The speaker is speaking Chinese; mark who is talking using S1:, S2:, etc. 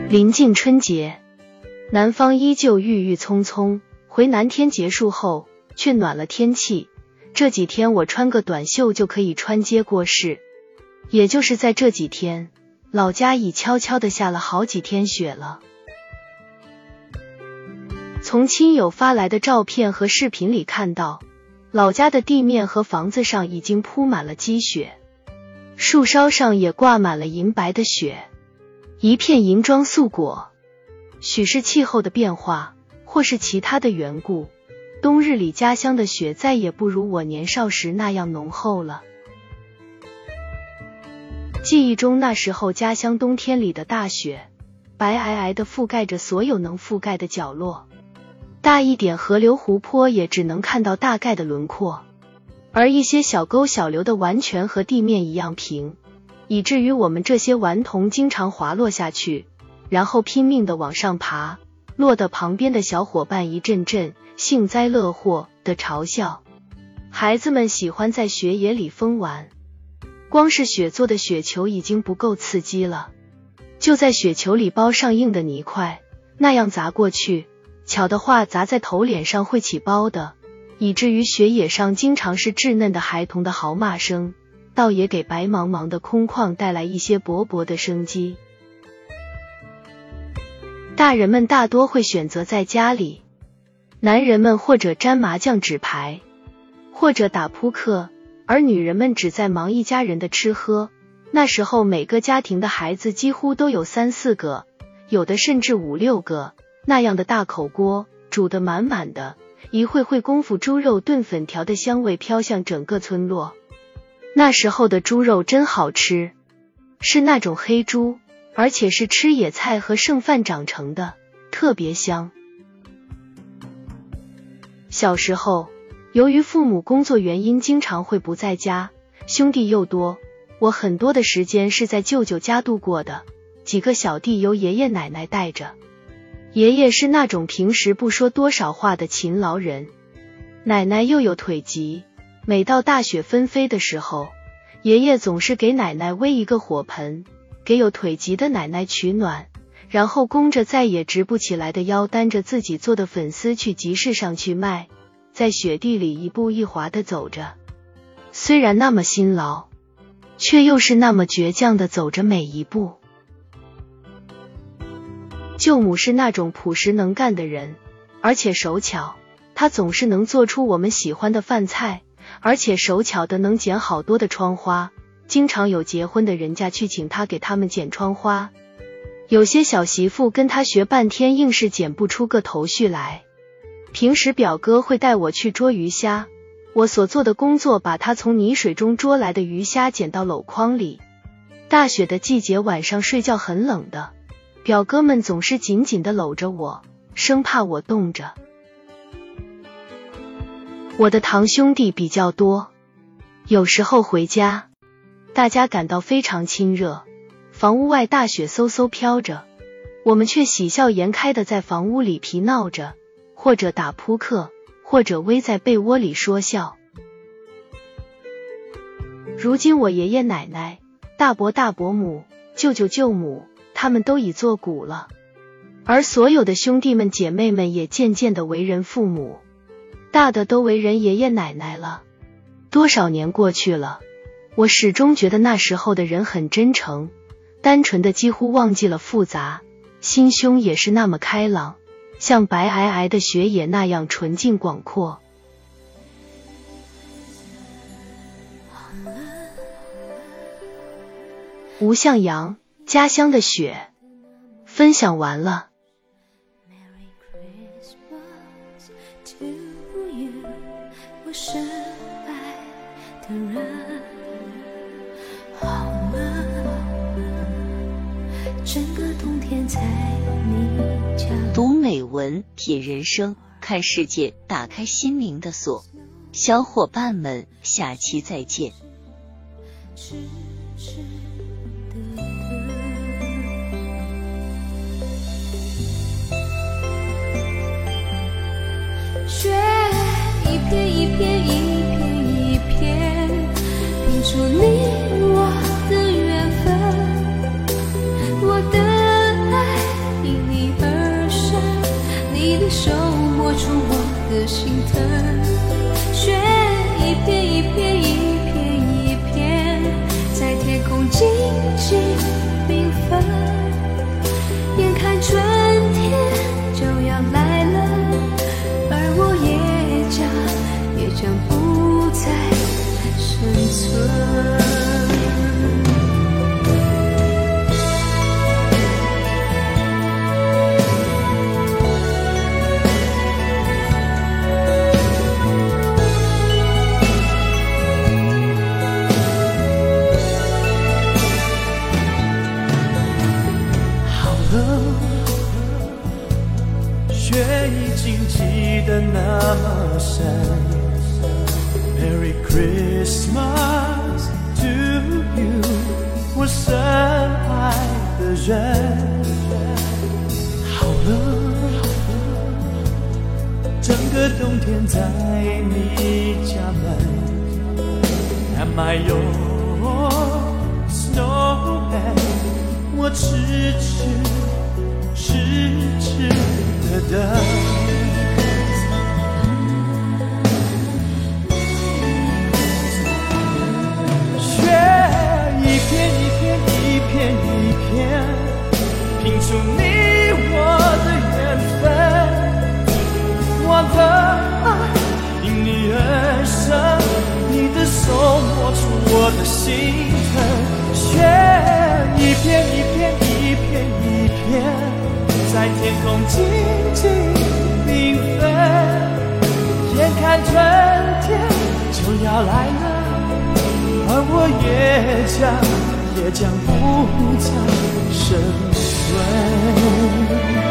S1: 临近春节，南方依旧郁郁葱葱，回南天结束后却暖了天气，这几天我穿个短袖就可以穿街过市。也就是在这几天，老家已悄悄地下了好几天雪了。从亲友发来的照片和视频里看到，老家的地面和房子上已经铺满了积雪，树梢上也挂满了银白的雪，一片银装素裹。许是气候的变化，或是其他的缘故，冬日里家乡的雪再也不如我年少时那样浓厚了。记忆中那时候家乡冬天里的大雪，白皑皑地覆盖着所有能覆盖的角落，大一点河流湖泊也只能看到大概的轮廓，而一些小沟小流的完全和地面一样平，以至于我们这些顽童经常滑落下去，然后拼命地往上爬，落得旁边的小伙伴一阵阵幸灾乐祸的嘲笑。孩子们喜欢在雪野里疯玩，光是雪做的雪球已经不够刺激了，就在雪球里包上硬的泥块，那样砸过去，巧的话砸在头脸上会起包的，以至于雪野上经常是稚嫩的孩童的嚎骂声，倒也给白茫茫的空旷带来一些勃勃的生机。大人们大多会选择在家里，男人们或者沾麻将纸牌，或者打扑克，而女人们只在忙一家人的吃喝。那时候每个家庭的孩子几乎都有3、4个，有的甚至5、6个，那样的大口锅煮得满满的，一会功夫猪肉炖粉条的香味飘向整个村落。那时候的猪肉真好吃，是那种黑猪，而且是吃野菜和剩饭长成的，特别香。小时候，由于父母工作原因经常会不在家，兄弟又多，我很多的时间是在舅舅家度过的，几个小弟由爷爷奶奶带着。爷爷是那种平时不说多少话的勤劳人，奶奶又有腿疾，每到大雪纷飞的时候，爷爷总是给奶奶煨一个火盆，给有腿疾的奶奶取暖，然后弓着再也直不起来的腰，担着自己做的粉丝去集市上去卖，在雪地里一步一滑地走着，虽然那么辛劳，却又是那么倔强地走着每一步。舅母是那种朴实能干的人，而且手巧，她总是能做出我们喜欢的饭菜，而且手巧的能剪好多的窗花，经常有结婚的人家去请她给他们剪窗花，有些小媳妇跟她学半天硬是剪不出个头绪来。平时表哥会带我去捉鱼虾，我所做的工作把他从泥水中捉来的鱼虾捡到篓筐里。大雪的季节晚上睡觉很冷的，表哥们总是紧紧地搂着我，生怕我冻着。我的堂兄弟比较多，有时候回家，大家感到非常亲热，房屋外大雪嗖嗖飘着，我们却喜笑颜开地在房屋里皮闹着，或者打扑克，或者偎在被窝里说笑。如今我爷爷奶奶、大伯大伯母、舅舅舅母，他们都已作古了，而所有的兄弟们姐妹们也渐渐地为人父母，大的都为人爷爷奶奶了。多少年过去了，我始终觉得那时候的人很真诚，单纯的几乎忘记了复杂，心胸也是那么开朗，像白皑皑的雪野那样纯净广阔。吴向阳，家乡的雪，分享完了。我深爱的人，好了，整个冬天在你家。
S2: 读美文，品人生，看世界，打开心灵的锁。小伙伴们，下期再见。
S3: 雪一片一片一片一片，拼出你我的缘分，我的爱静静缤纷，眼看春天就要来了，而我也将不再生存。
S4: 雪已经积得那么深 Merry Christmas to you 我深爱的人好了整个冬天在你家门 Am I your snowman 我痴痴的等雪一片一片一片一片拼出你我的缘分我的爱因你而生你的手摸出我的心疼雪一片一片一片一片在天空静静缤纷眼看春天就要来了而我也将不再生存